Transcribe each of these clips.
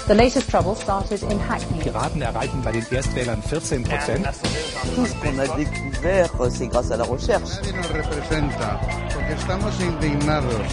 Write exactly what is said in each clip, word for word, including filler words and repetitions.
The latest trouble started in Hackney. Piraten erreichen bei den Erstwählern vierzehn Prozent. Tout ce qu'on a découvert, c'est grâce à la recherche. Nadie nos representa, porque estamos indignados.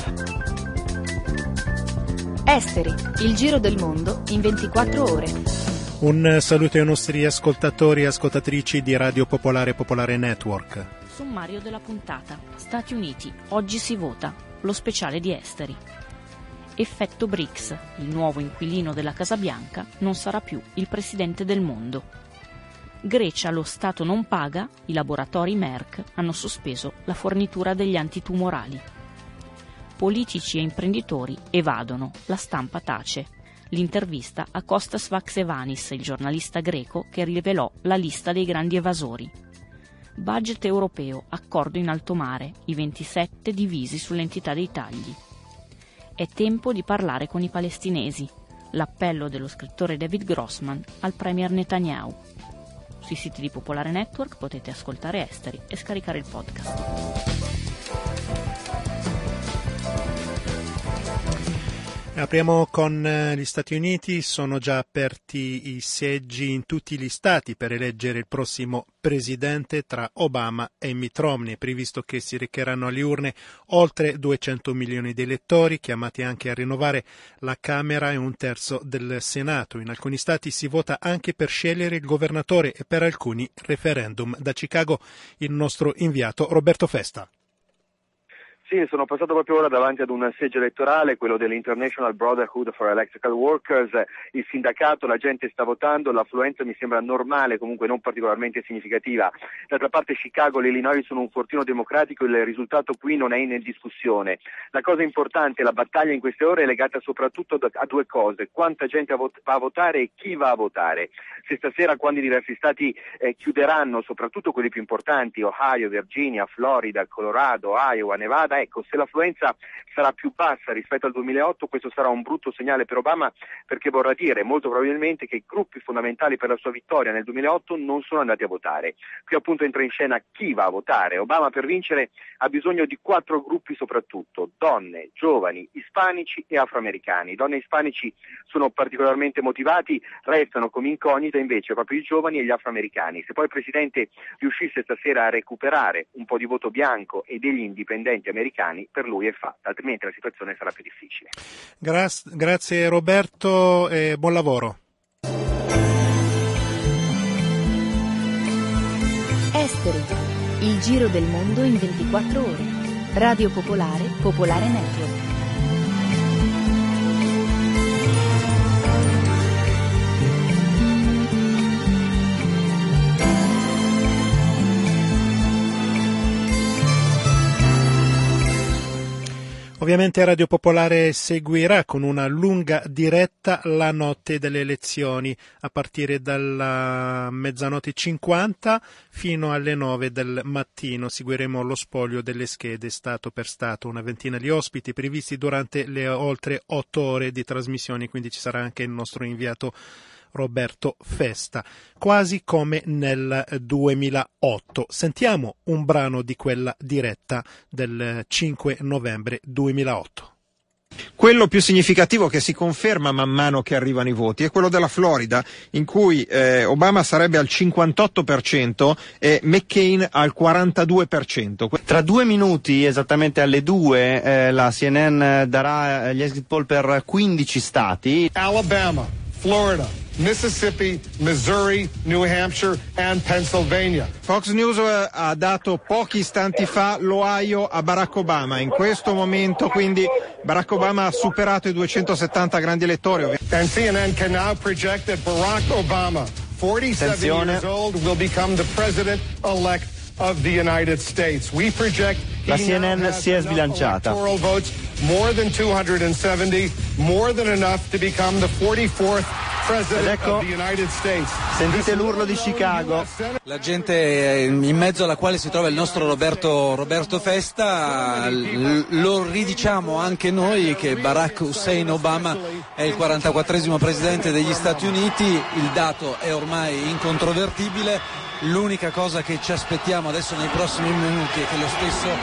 Esteri, il giro del mondo in ventiquattro ore. Un saluto ai nostri ascoltatori e ascoltatrici di Radio Popolare Popolare Network. Sommario della puntata. Stati Uniti, oggi si vota. Lo speciale di Esteri. Effetto B R I C S, il nuovo inquilino della Casa Bianca non sarà più il presidente del mondo. Grecia, lo Stato non paga, i laboratori Merck hanno sospeso la fornitura degli antitumorali. Politici e imprenditori evadono, la stampa tace. L'intervista a Kostas Vaxevanis, il giornalista greco che rivelò la lista dei grandi evasori. Budget europeo, accordo in alto mare, i ventisette divisi sull'entità dei tagli. È tempo di parlare con i palestinesi. L'appello dello scrittore David Grossman al premier Netanyahu. Sui siti di Popolare Network potete ascoltare Esteri e scaricare il podcast. Apriamo con gli Stati Uniti. Sono già aperti i seggi in tutti gli stati per eleggere il prossimo presidente tra Obama e Mitt Romney. È previsto che si recheranno alle urne oltre duecento milioni di elettori, chiamati anche a rinnovare la Camera e un terzo del Senato. In alcuni stati si vota anche per scegliere il governatore e per alcuni referendum. Da Chicago il nostro inviato Roberto Festa. Sì, sono passato proprio ora davanti ad un seggio elettorale, quello dell'International Brotherhood for Electrical Workers, il sindacato, la gente sta votando, l'affluenza mi sembra normale, comunque non particolarmente significativa. D'altra parte Chicago e l'Illinois sono un fortino democratico, il risultato qui non è in discussione. La cosa importante, la battaglia in queste ore è legata soprattutto a due cose: quanta gente va a votare e chi va a votare. Se stasera, quando i diversi stati eh, chiuderanno, soprattutto quelli più importanti, Ohio, Virginia, Florida, Colorado, Iowa, Nevada, ecco, se l'affluenza sarà più bassa rispetto al duemilaotto, questo sarà un brutto segnale per Obama, perché vorrà dire molto probabilmente che i gruppi fondamentali per la sua vittoria nel duemilaotto non sono andati a votare. Qui appunto entra in scena chi va a votare. Obama per vincere ha bisogno di quattro gruppi soprattutto: donne, giovani, ispanici e afroamericani. Donne e ispanici sono particolarmente motivati, restano come incognita invece proprio i giovani e gli afroamericani. Se poi il Presidente riuscisse stasera a recuperare un po' di voto bianco e degli indipendenti americani, per lui è fatta, altrimenti la situazione sarà più difficile. Gra- grazie Roberto e buon lavoro. Esteri, il giro del mondo in ventiquattro ore. Radio Popolare, Popolare Network. Ovviamente Radio Popolare seguirà con una lunga diretta la notte delle elezioni, a partire dalla mezzanotte cinquanta fino alle nove del mattino. Seguiremo lo spoglio delle schede stato per stato, una ventina di ospiti previsti durante le oltre otto ore di trasmissioni, quindi ci sarà anche il nostro inviato Roberto Festa, quasi come nel duemilaotto. Sentiamo un brano di quella diretta del cinque novembre duemilaotto. Quello più significativo che si conferma man mano che arrivano i voti è quello della Florida, in cui eh, Obama sarebbe al cinquantotto per cento e McCain al quarantadue per cento. Tra due minuti, esattamente alle due, eh, la C N N darà gli exit poll per quindici stati. Alabama, Florida, Mississippi, Missouri, New Hampshire and Pennsylvania. Fox News ha dato pochi istanti fa l'Ohio a Barack Obama. In questo momento quindi Barack Obama ha superato i duecentosettanta grandi elettori. And C N N can now project that Barack Obama, forty-seven Attenzione. years old, will become the president-elect of the United States. We project La C N N si è sbilanciata. Votes, more than two hundred seventy, more than enough to become the forty-fourth Ed ecco, sentite l'urlo di Chicago. La gente in mezzo alla quale si trova il nostro Roberto, Roberto Festa, lo ridiciamo anche noi che Barack Hussein Obama è il quarantaquattresimo presidente degli Stati Uniti, il dato è ormai incontrovertibile, l'unica cosa che ci aspettiamo adesso nei prossimi minuti è che lo stesso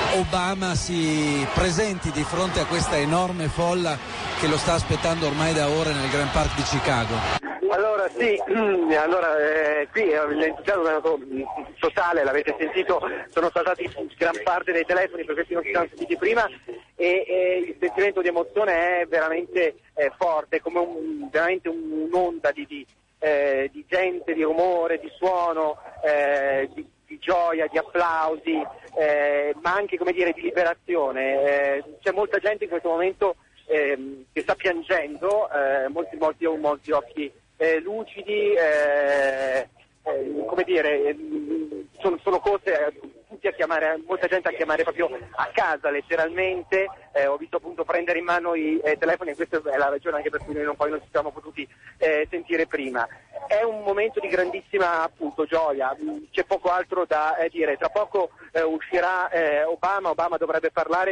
Obama si presenti di fronte a questa enorme folla che lo sta aspettando ormai da ore nel Grand Park di Chicago. Allora sì, allora eh, qui l'entusiasmo è stato totale, l'avete sentito, sono saltati gran parte dei telefoni per questi non si sono sentiti prima e, e il sentimento di emozione è veramente eh, forte, come un, veramente un'onda di, di, eh, di gente, di rumore, di suono, eh, di, di gioia, di applausi, eh, ma anche come dire di liberazione. Eh, c'è molta gente in questo momento eh, che sta piangendo, eh, molti, molti, molti occhi Eh, lucidi, eh, eh, come dire, eh, sono, sono cose eh, tutti a chiamare, molta gente a chiamare proprio a casa letteralmente, eh, ho visto appunto prendere in mano i eh, telefoni e questa è la ragione anche per cui noi non, poi non ci siamo potuti eh, sentire prima. È un momento di grandissima appunto gioia, c'è poco altro da eh, dire, tra poco eh, uscirà eh, Obama, Obama dovrebbe parlare.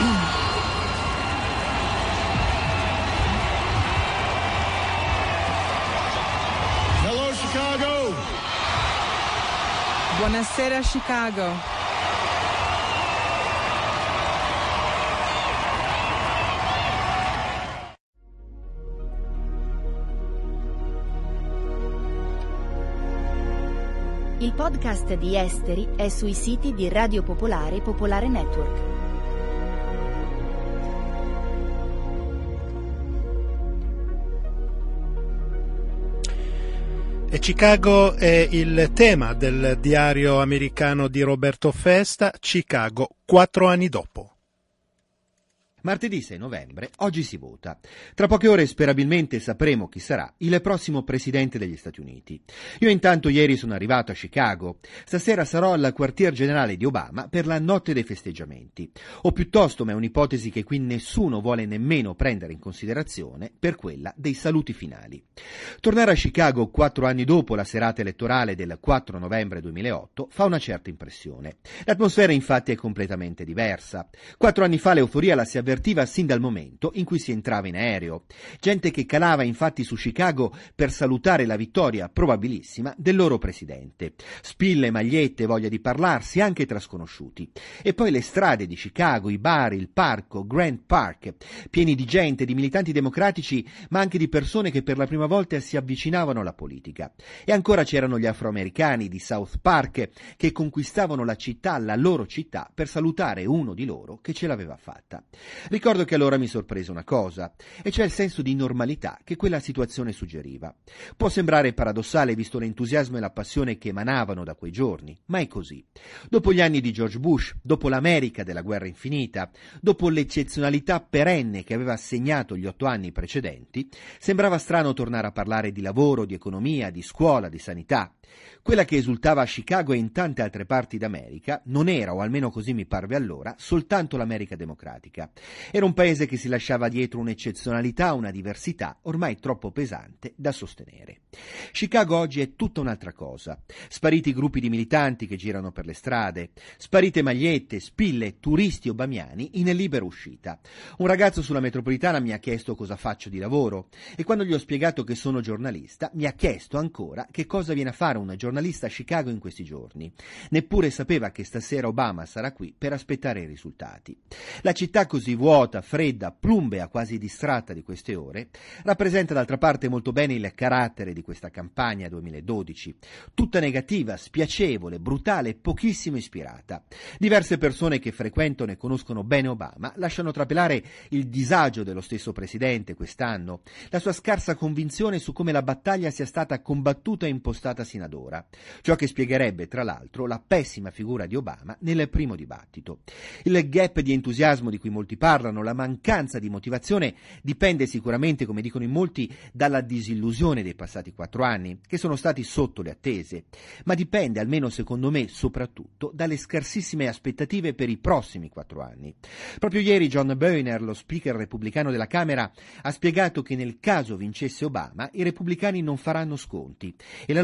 Hello, Chicago. Buonasera Chicago. Il podcast di Esteri è sui siti di Radio Popolare e Popolare Network. E Chicago è il tema del diario americano di Roberto Festa, Chicago, quattro anni dopo. Martedì sei novembre, oggi si vota. Tra poche ore sperabilmente sapremo chi sarà il prossimo presidente degli Stati Uniti. Io intanto ieri sono arrivato a Chicago. Stasera sarò al quartier generale di Obama per la notte dei festeggiamenti. O piuttosto, ma è un'ipotesi che qui nessuno vuole nemmeno prendere in considerazione, per quella dei saluti finali. Tornare a Chicago quattro anni dopo la serata elettorale del quattro novembre duemilaotto fa una certa impressione. L'atmosfera infatti è completamente diversa. Quattro anni fa l'euforia la si avvertiva sin dal momento in cui si entrava in aereo. Gente che calava infatti su Chicago per salutare la vittoria probabilissima del loro presidente. Spille, magliette, voglia di parlarsi anche tra sconosciuti. E poi le strade di Chicago, i bar, il parco, Grant Park, pieni di gente, di militanti democratici, ma anche di persone che per la prima volta si avvicinavano alla politica. E ancora c'erano gli afroamericani di South Park che conquistavano la città, la loro città, per salutare uno di loro che ce l'aveva fatta. Ricordo che allora mi sorprese una cosa, e cioè il senso di normalità che quella situazione suggeriva. Può sembrare paradossale visto l'entusiasmo e la passione che emanavano da quei giorni, ma è così. Dopo gli anni di George Bush, dopo l'America della guerra infinita, dopo l'eccezionalità perenne che aveva segnato gli otto anni precedenti, sembrava strano tornare a parlare di lavoro, di economia, di scuola, di sanità. Quella che esultava a Chicago e in tante altre parti d'America non era, o almeno così mi parve allora, soltanto l'America democratica. Era un paese che si lasciava dietro un'eccezionalità, una diversità ormai troppo pesante da sostenere. Chicago oggi è tutta un'altra cosa. Spariti i gruppi di militanti che girano per le strade, sparite magliette, spille, turisti obamiani in libera uscita. Un ragazzo sulla metropolitana mi ha chiesto cosa faccio di lavoro e quando gli ho spiegato che sono giornalista mi ha chiesto ancora che cosa viene a fare un giornalista a Chicago in questi giorni. Neppure sapeva che stasera Obama sarà qui per aspettare i risultati. La città così vuota, fredda, plumbea, quasi distratta di queste ore, rappresenta d'altra parte molto bene il carattere di questa campagna duemiladodici, tutta negativa, spiacevole, brutale e pochissimo ispirata. Diverse persone che frequentano e conoscono bene Obama lasciano trapelare il disagio dello stesso presidente quest'anno, la sua scarsa convinzione su come la battaglia sia stata combattuta e impostata sino ad ora, ciò che spiegherebbe tra l'altro la pessima figura di Obama nel primo dibattito. Il gap di entusiasmo di cui molti parlano, la mancanza di motivazione dipende sicuramente, come dicono in molti, dalla disillusione dei passati quattro anni, che sono stati sotto le attese, ma dipende, almeno secondo me, soprattutto dalle scarsissime aspettative per i prossimi quattro anni. Proprio ieri John Boehner, lo speaker repubblicano della Camera, ha spiegato che nel caso vincesse Obama i repubblicani non faranno sconti e la loro posizione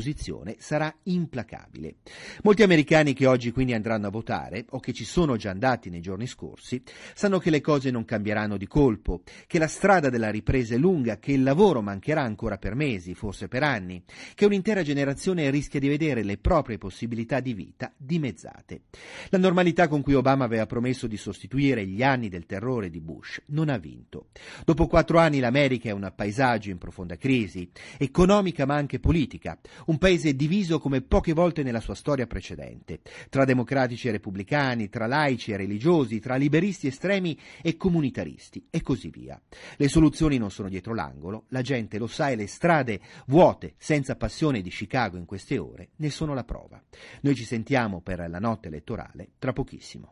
opposizione sarà implacabile. Molti americani che oggi quindi andranno a votare, o che ci sono già andati nei giorni scorsi, sanno che le cose non cambieranno di colpo, che la strada della ripresa è lunga, che il lavoro mancherà ancora per mesi, forse per anni, che un'intera generazione rischia di vedere le proprie possibilità di vita dimezzate. La normalità con cui Obama aveva promesso di sostituire gli anni del terrore di Bush non ha vinto. Dopo quattro anni l'America è un paesaggio in profonda crisi, economica ma anche politica, un paese diviso come poche volte nella sua storia precedente, tra democratici e repubblicani, tra laici e religiosi, tra liberisti estremi e comunitaristi e così via. Le soluzioni non sono dietro l'angolo, la gente lo sa e le strade vuote, senza passione di Chicago in queste ore, ne sono la prova. Noi ci sentiamo per la notte elettorale tra pochissimo.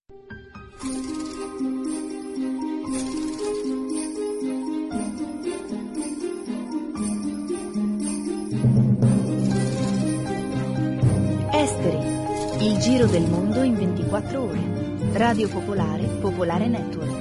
Esteri, il giro del mondo in ventiquattro ore. Radio Popolare, Popolare Network.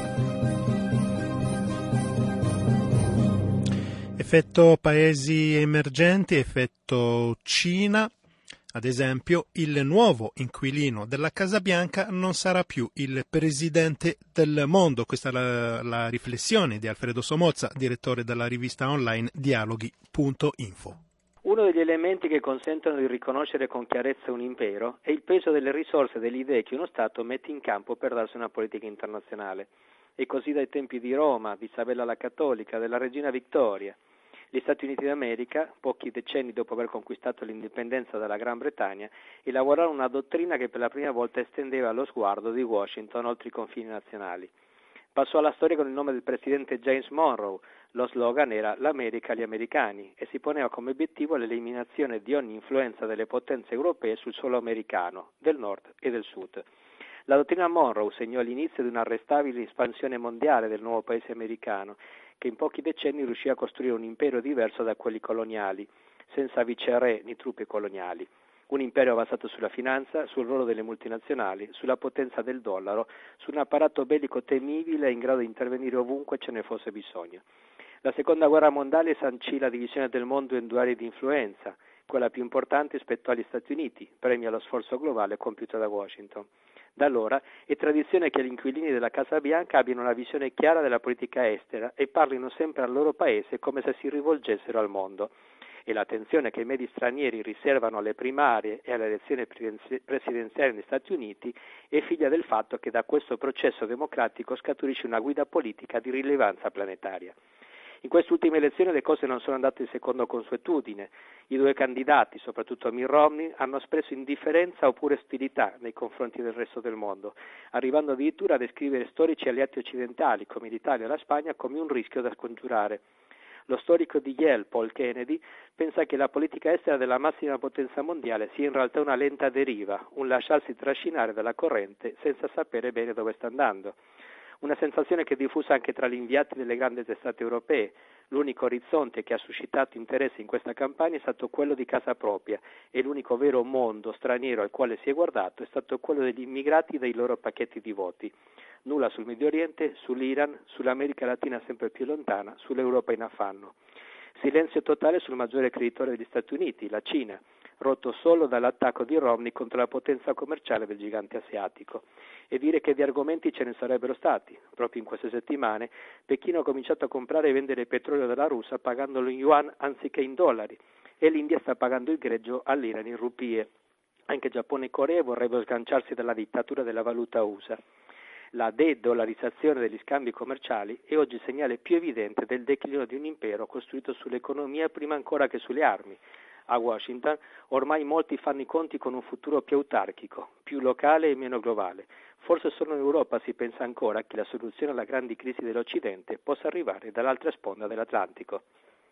Effetto paesi emergenti, effetto Cina. Ad esempio, il nuovo inquilino della Casa Bianca non sarà più il presidente del mondo. Questa è la, la riflessione di Alfredo Somozza, direttore della rivista online dialoghi punto info. Uno degli elementi che consentono di riconoscere con chiarezza un impero è il peso delle risorse e delle idee che uno Stato mette in campo per darsi una politica internazionale. E così dai tempi di Roma, di Isabella la Cattolica, della regina Vittoria. Gli Stati Uniti d'America, pochi decenni dopo aver conquistato l'indipendenza dalla Gran Bretagna, elaborarono una dottrina che per la prima volta estendeva lo sguardo di Washington oltre i confini nazionali. Passò alla storia con il nome del presidente James Monroe. Lo slogan era «L'America agli americani» e si poneva come obiettivo l'eliminazione di ogni influenza delle potenze europee sul suolo americano, del nord e del sud. La dottrina Monroe segnò l'inizio di un'arrestabile espansione mondiale del nuovo paese americano, che in pochi decenni riuscì a costruire un impero diverso da quelli coloniali, senza viceré ni truppe coloniali. Un imperio basato sulla finanza, sul ruolo delle multinazionali, sulla potenza del dollaro, su un apparato bellico temibile in grado di intervenire ovunque ce ne fosse bisogno. La seconda guerra mondiale sancì la divisione del mondo in due aree di influenza. Quella più importante spettò agli Stati Uniti, premio allo sforzo globale compiuto da Washington. Da allora è tradizione che gli inquilini della Casa Bianca abbiano una visione chiara della politica estera e parlino sempre al loro paese come se si rivolgessero al mondo. E l'attenzione che i medi stranieri riservano alle primarie e alle elezioni presidenziali negli Stati Uniti è figlia del fatto che da questo processo democratico scaturisce una guida politica di rilevanza planetaria. In queste ultime elezioni le cose non sono andate secondo consuetudine. I due candidati, soprattutto Mitt Romney, hanno espresso indifferenza oppure ostilità nei confronti del resto del mondo, arrivando addirittura a descrivere storici alleati occidentali come l'Italia e la Spagna come un rischio da scongiurare. Lo storico di Yale, Paul Kennedy, pensa che la politica estera della massima potenza mondiale sia in realtà una lenta deriva, un lasciarsi trascinare dalla corrente senza sapere bene dove sta andando. Una sensazione che è diffusa anche tra gli inviati delle grandi testate europee. L'unico orizzonte che ha suscitato interesse in questa campagna è stato quello di casa propria e l'unico vero mondo straniero al quale si è guardato è stato quello degli immigrati e dei loro pacchetti di voti. Nulla sul Medio Oriente, sull'Iran, sull'America Latina sempre più lontana, sull'Europa in affanno. Silenzio totale sul maggiore creditore degli Stati Uniti, la Cina, rotto solo dall'attacco di Romney contro la potenza commerciale del gigante asiatico. E dire che di argomenti ce ne sarebbero stati. Proprio in queste settimane Pechino ha cominciato a comprare e vendere petrolio dalla Russia pagandolo in yuan anziché in dollari e l'India sta pagando il greggio all'Iran in rupie. Anche Giappone e Corea vorrebbero sganciarsi dalla dittatura della valuta U S A. La de-dollarizzazione degli scambi commerciali è oggi il segnale più evidente del declino di un impero costruito sull'economia prima ancora che sulle armi. A Washington ormai molti fanno i conti con un futuro più autarchico, più locale e meno globale. Forse solo in Europa si pensa ancora che la soluzione alla grande crisi dell'Occidente possa arrivare dall'altra sponda dell'Atlantico.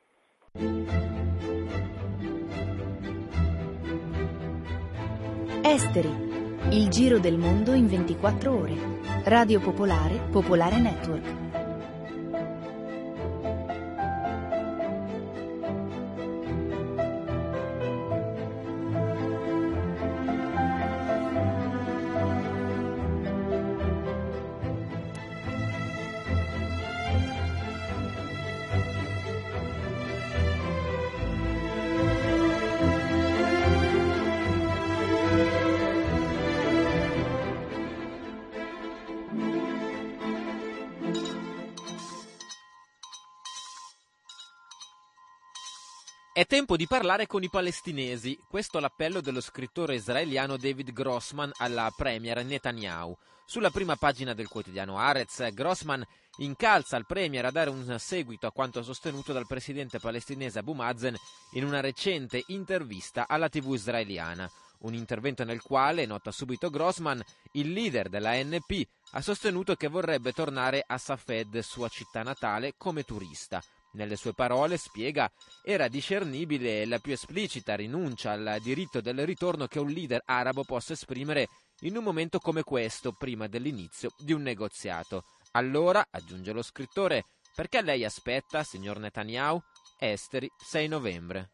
Esteri, il giro del mondo in ventiquattro ore. Radio Popolare, Popolare Network. È tempo di parlare con i palestinesi. Questo è l'appello dello scrittore israeliano David Grossman alla premier Netanyahu. Sulla prima pagina del quotidiano Haaretz, Grossman incalza il premier a dare un seguito a quanto sostenuto dal presidente palestinese Abu Mazen in una recente intervista alla tivù israeliana. Un intervento nel quale, nota subito Grossman, il leader della A N P ha sostenuto che vorrebbe tornare a Safed, sua città natale, come turista. Nelle sue parole, spiega, era discernibile la più esplicita rinuncia al diritto del ritorno che un leader arabo possa esprimere in un momento come questo, prima dell'inizio di un negoziato. Allora, aggiunge lo scrittore, perché lei aspetta, signor Netanyahu? Esteri, sei novembre.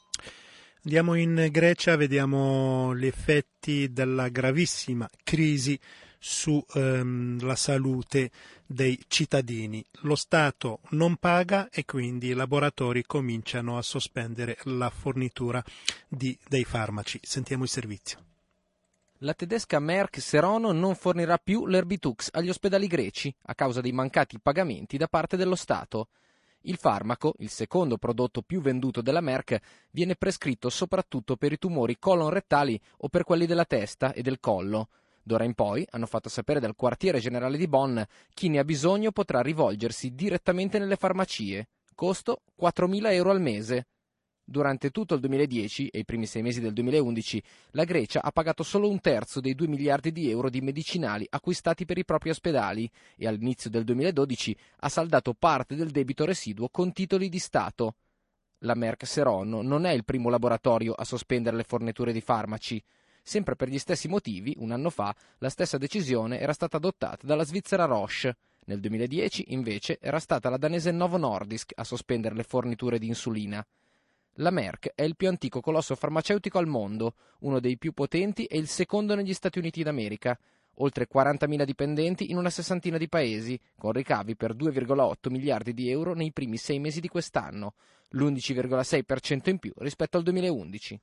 Andiamo in Grecia, vediamo gli effetti della gravissima crisi sulla ehm, salute dei cittadini. Lo Stato non paga e quindi i laboratori cominciano a sospendere la fornitura di, dei farmaci. Sentiamo il servizio. La tedesca Merck Serono non fornirà più l'Erbitux agli ospedali greci a causa dei mancati pagamenti da parte dello Stato. Il farmaco, il secondo prodotto più venduto della Merck, viene prescritto soprattutto per i tumori colon-rettali o per quelli della testa e del collo. D'ora in poi, hanno fatto sapere dal quartiere generale di Bonn, chi ne ha bisogno potrà rivolgersi direttamente nelle farmacie. Costo quattromila euro al mese. Durante tutto il duemiladieci e i primi sei mesi del duemilaundici, la Grecia ha pagato solo un terzo dei due miliardi di euro di medicinali acquistati per i propri ospedali e all'inizio del duemiladodici ha saldato parte del debito residuo con titoli di Stato. La Merck Serono non è il primo laboratorio a sospendere le forniture di farmaci. Sempre per gli stessi motivi, un anno fa, la stessa decisione era stata adottata dalla Svizzera Roche. Nel duemiladieci, invece, era stata la danese Novo Nordisk a sospendere le forniture di insulina. La Merck è il più antico colosso farmaceutico al mondo, uno dei più potenti e il secondo negli Stati Uniti d'America. Oltre quarantamila dipendenti in una sessantina di paesi, con ricavi per due virgola otto miliardi di euro nei primi sei mesi di quest'anno, l'undici virgola sei per cento in più rispetto al duemilaundici.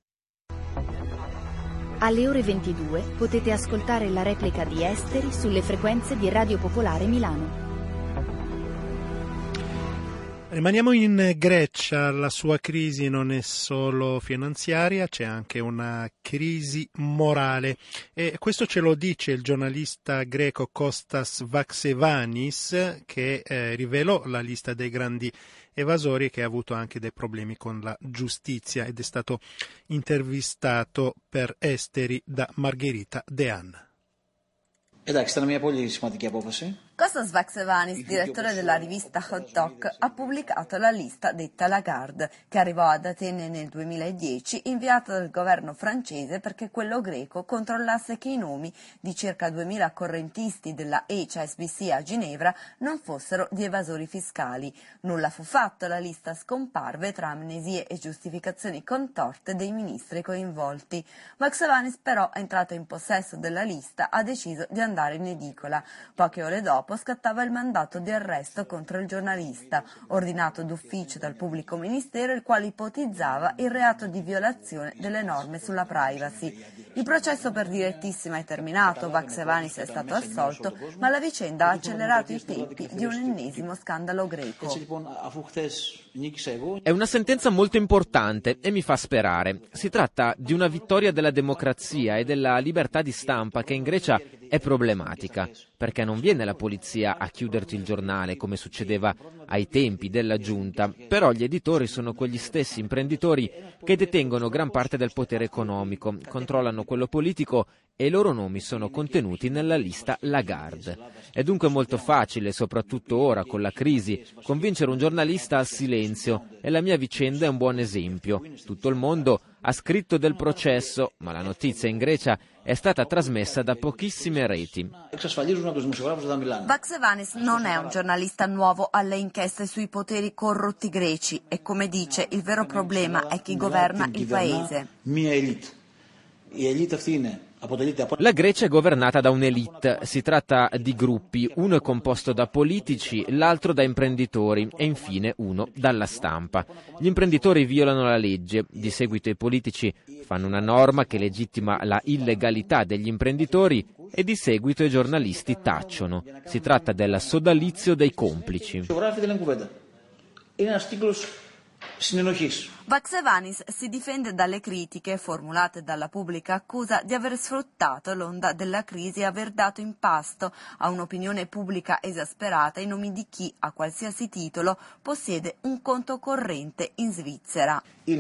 Alle ore ventidue potete ascoltare la replica di Esteri sulle frequenze di Radio Popolare Milano. Rimaniamo in Grecia, la sua crisi non è solo finanziaria, c'è anche una crisi morale e questo ce lo dice il giornalista greco Kostas Vaxevanis che eh, rivelò la lista dei grandi evasori e che ha avuto anche dei problemi con la giustizia ed è stato intervistato per Esteri da Margherita Dean. Εντάξει, ήταν μια πολύ σημαντική απόφαση. Kostas Vaxevanis, direttore della rivista Hot Doc, ha pubblicato la lista detta Lagarde, che arrivò ad Atene nel duemiladieci, inviata dal governo francese perché quello greco controllasse che i nomi di circa duemila correntisti della H S B C a Ginevra non fossero di evasori fiscali. Nulla fu fatto, la lista scomparve tra amnesie e giustificazioni contorte dei ministri coinvolti. Vaxevanis però, entrato in possesso della lista, ha deciso di andare in edicola. Poche ore dopo scattava il mandato di arresto contro il giornalista, ordinato d'ufficio dal pubblico ministero, il quale ipotizzava il reato di violazione delle norme sulla privacy. Il processo per direttissima è terminato, Vaxevanis è stato assolto, ma la vicenda ha accelerato i tempi di un ennesimo scandalo greco. È una sentenza molto importante e mi fa sperare. Si tratta di una vittoria della democrazia e della libertà di stampa che in Grecia è problematica, perché non viene la polizia a chiuderti il giornale come succedeva ai tempi della giunta, però gli editori sono quegli stessi imprenditori che detengono gran parte del potere economico, controllano quello politico e i loro nomi sono contenuti nella lista Lagarde. È dunque molto facile, soprattutto ora con la crisi, convincere un giornalista al silenzio e la mia vicenda è un buon esempio. Tutto il mondo ha scritto del processo, ma la notizia in Grecia è stata trasmessa da pochissime reti. Vaxevanis non è un giornalista nuovo alle inchieste sui poteri corrotti greci e, come dice, il vero problema è chi governa il paese. La Grecia è governata da un'elite, si tratta di gruppi, uno è composto da politici, l'altro da imprenditori e infine uno dalla stampa. Gli imprenditori violano la legge, di seguito i politici fanno una norma che legittima la illegalità degli imprenditori e di seguito i giornalisti tacciono. Si tratta del sodalizio dei complici. Vaxevanis si difende dalle critiche formulate dalla pubblica accusa di aver sfruttato l'onda della crisi e aver dato in pasto a un'opinione pubblica esasperata i nomi di chi, a qualsiasi titolo, possiede un conto corrente in Svizzera.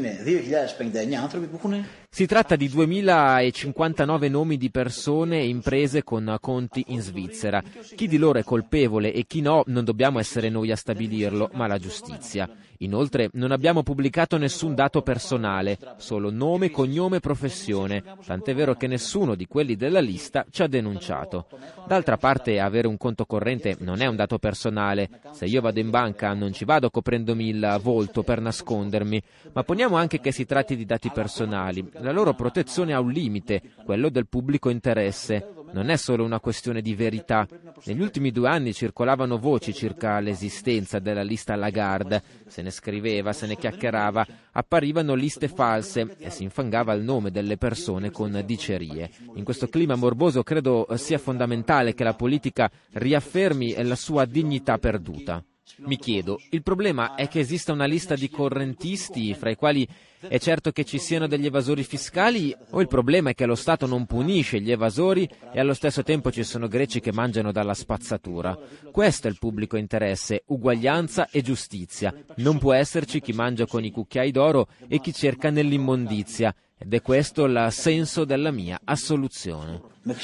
Si tratta di duemilacinquantanove nomi di persone e imprese con conti in Svizzera. Chi di loro è colpevole e chi no non dobbiamo essere noi a stabilirlo, ma la giustizia. Inoltre non abbiamo pubblicato nessun dato personale, solo nome, cognome e professione, tant'è vero che nessuno di quelli della lista ci ha denunciato. D'altra parte avere un conto corrente non è un dato personale. Se io vado in banca non ci vado coprendomi il volto per nascondermi, ma poniamo anche che si tratti di dati personali. La loro protezione ha un limite, quello del pubblico interesse. Non è solo una questione di verità. Negli ultimi due anni circolavano voci circa l'esistenza della lista Lagarde. Se ne scriveva, se ne chiacchierava, apparivano liste false e si infangava il nome delle persone con dicerie. In questo clima morboso credo sia fondamentale che la politica riaffermi la sua dignità perduta. Mi chiedo, il problema è che esista una lista di correntisti fra i quali è certo che ci siano degli evasori fiscali, o il problema è che lo Stato non punisce gli evasori e allo stesso tempo ci sono greci che mangiano dalla spazzatura? Questo è il pubblico interesse, uguaglianza e giustizia. Non può esserci chi mangia con i cucchiai d'oro e chi cerca nell'immondizia, ed è questo il senso della mia assoluzione.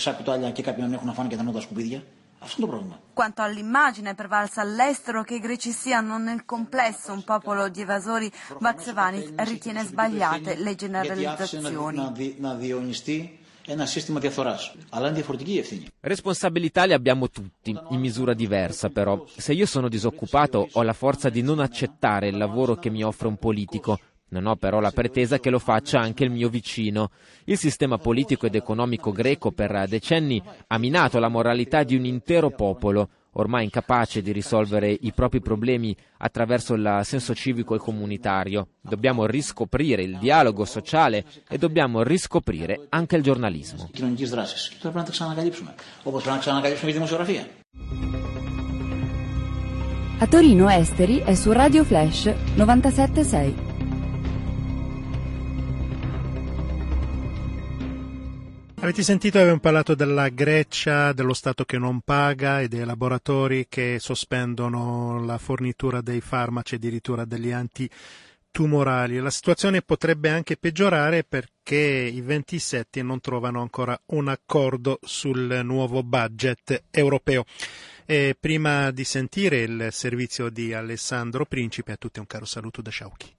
Quanto all'immagine prevalsa all'estero, che i greci siano nel complesso un popolo di evasori, Vaxevanis ritiene sbagliate le generalizzazioni. Responsabilità le abbiamo tutti, in misura diversa però. Se io sono disoccupato ho la forza di non accettare il lavoro che mi offre un politico. Non ho però la pretesa che lo faccia anche il mio vicino. Il sistema politico ed economico greco per decenni ha minato la moralità di un intero popolo, ormai incapace di risolvere i propri problemi attraverso il senso civico e comunitario. Dobbiamo riscoprire il dialogo sociale e dobbiamo riscoprire anche il giornalismo. A Torino Esteri è su Radio Flash novantasette sei. Avete sentito, abbiamo parlato della Grecia, dello Stato che non paga e dei laboratori che sospendono la fornitura dei farmaci, addirittura degli antitumorali. La situazione potrebbe anche peggiorare perché i ventisette non trovano ancora un accordo sul nuovo budget europeo. E prima di sentire il servizio di Alessandro Principe, a tutti un caro saluto da Sciauchi.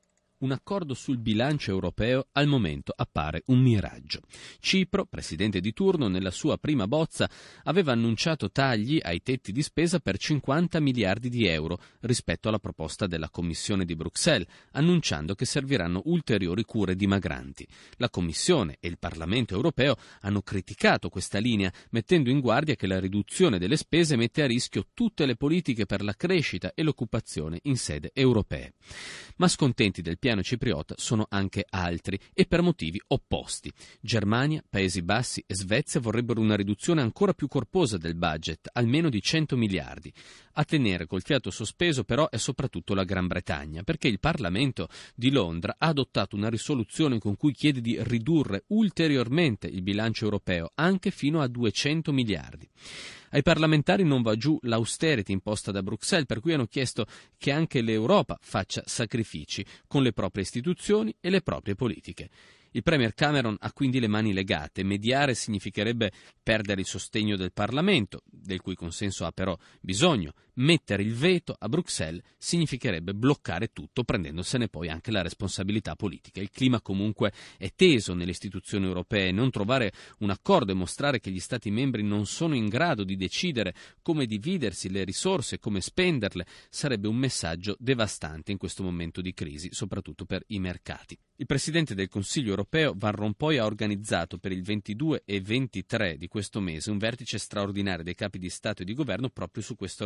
Un accordo sul bilancio europeo al momento appare un miraggio. Cipro, presidente di turno, nella sua prima bozza aveva annunciato tagli ai tetti di spesa per cinquanta miliardi di euro rispetto alla proposta della Commissione di Bruxelles, annunciando che serviranno ulteriori cure dimagranti. La Commissione e il Parlamento europeo hanno criticato questa linea, mettendo in guardia che la riduzione delle spese mette a rischio tutte le politiche per la crescita e l'occupazione in sede europee. Ma scontenti del piano cipriota sono anche altri e per motivi opposti. Germania, Paesi Bassi e Svezia vorrebbero una riduzione ancora più corposa del budget, almeno di cento miliardi. A tenere col fiato sospeso però è soprattutto la Gran Bretagna, perché il Parlamento di Londra ha adottato una risoluzione con cui chiede di ridurre ulteriormente il bilancio europeo anche fino a duecento miliardi. Ai parlamentari non va giù l'austerity imposta da Bruxelles, per cui hanno chiesto che anche l'Europa faccia sacrifici con le proprie istituzioni e le proprie politiche. Il premier Cameron ha quindi le mani legate. Mediare significherebbe perdere il sostegno del Parlamento, del cui consenso ha però bisogno. Mettere il veto a Bruxelles significherebbe bloccare tutto, prendendosene poi anche la responsabilità politica. Il clima comunque è teso nelle istituzioni europee. Non trovare un accordo e mostrare che gli Stati membri non sono in grado di decidere come dividersi le risorse, come spenderle, sarebbe un messaggio devastante in questo momento di crisi, soprattutto per i mercati. Il Presidente del Consiglio europeo Van Rompuy ha organizzato per il ventidue e ventitré di questo mese un vertice straordinario dei capi di Stato e di Governo proprio su questo argomento.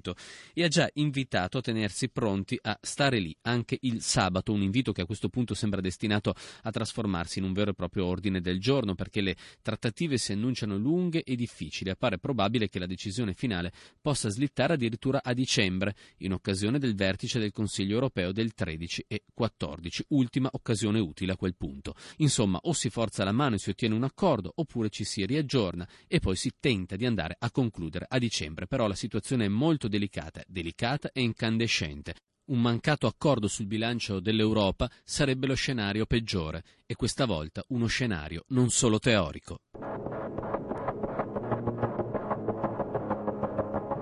punto e ha già invitato a tenersi pronti a stare lì anche il sabato, un invito che a questo punto sembra destinato a trasformarsi in un vero e proprio ordine del giorno, perché le trattative si annunciano lunghe e difficili. Appare probabile che la decisione finale possa slittare addirittura a dicembre, in occasione del vertice del Consiglio europeo del tredici e quattordici, ultima occasione utile a quel punto. Insomma, o si forza la mano e si ottiene un accordo, oppure ci si riaggiorna e poi si tenta di andare a concludere a dicembre. Però la situazione è molto delicata, delicata e incandescente. Un mancato accordo sul bilancio dell'Europa sarebbe lo scenario peggiore, e questa volta uno scenario non solo teorico.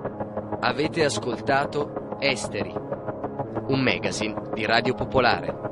Avete ascoltato Esteri, un magazine di Radio Popolare.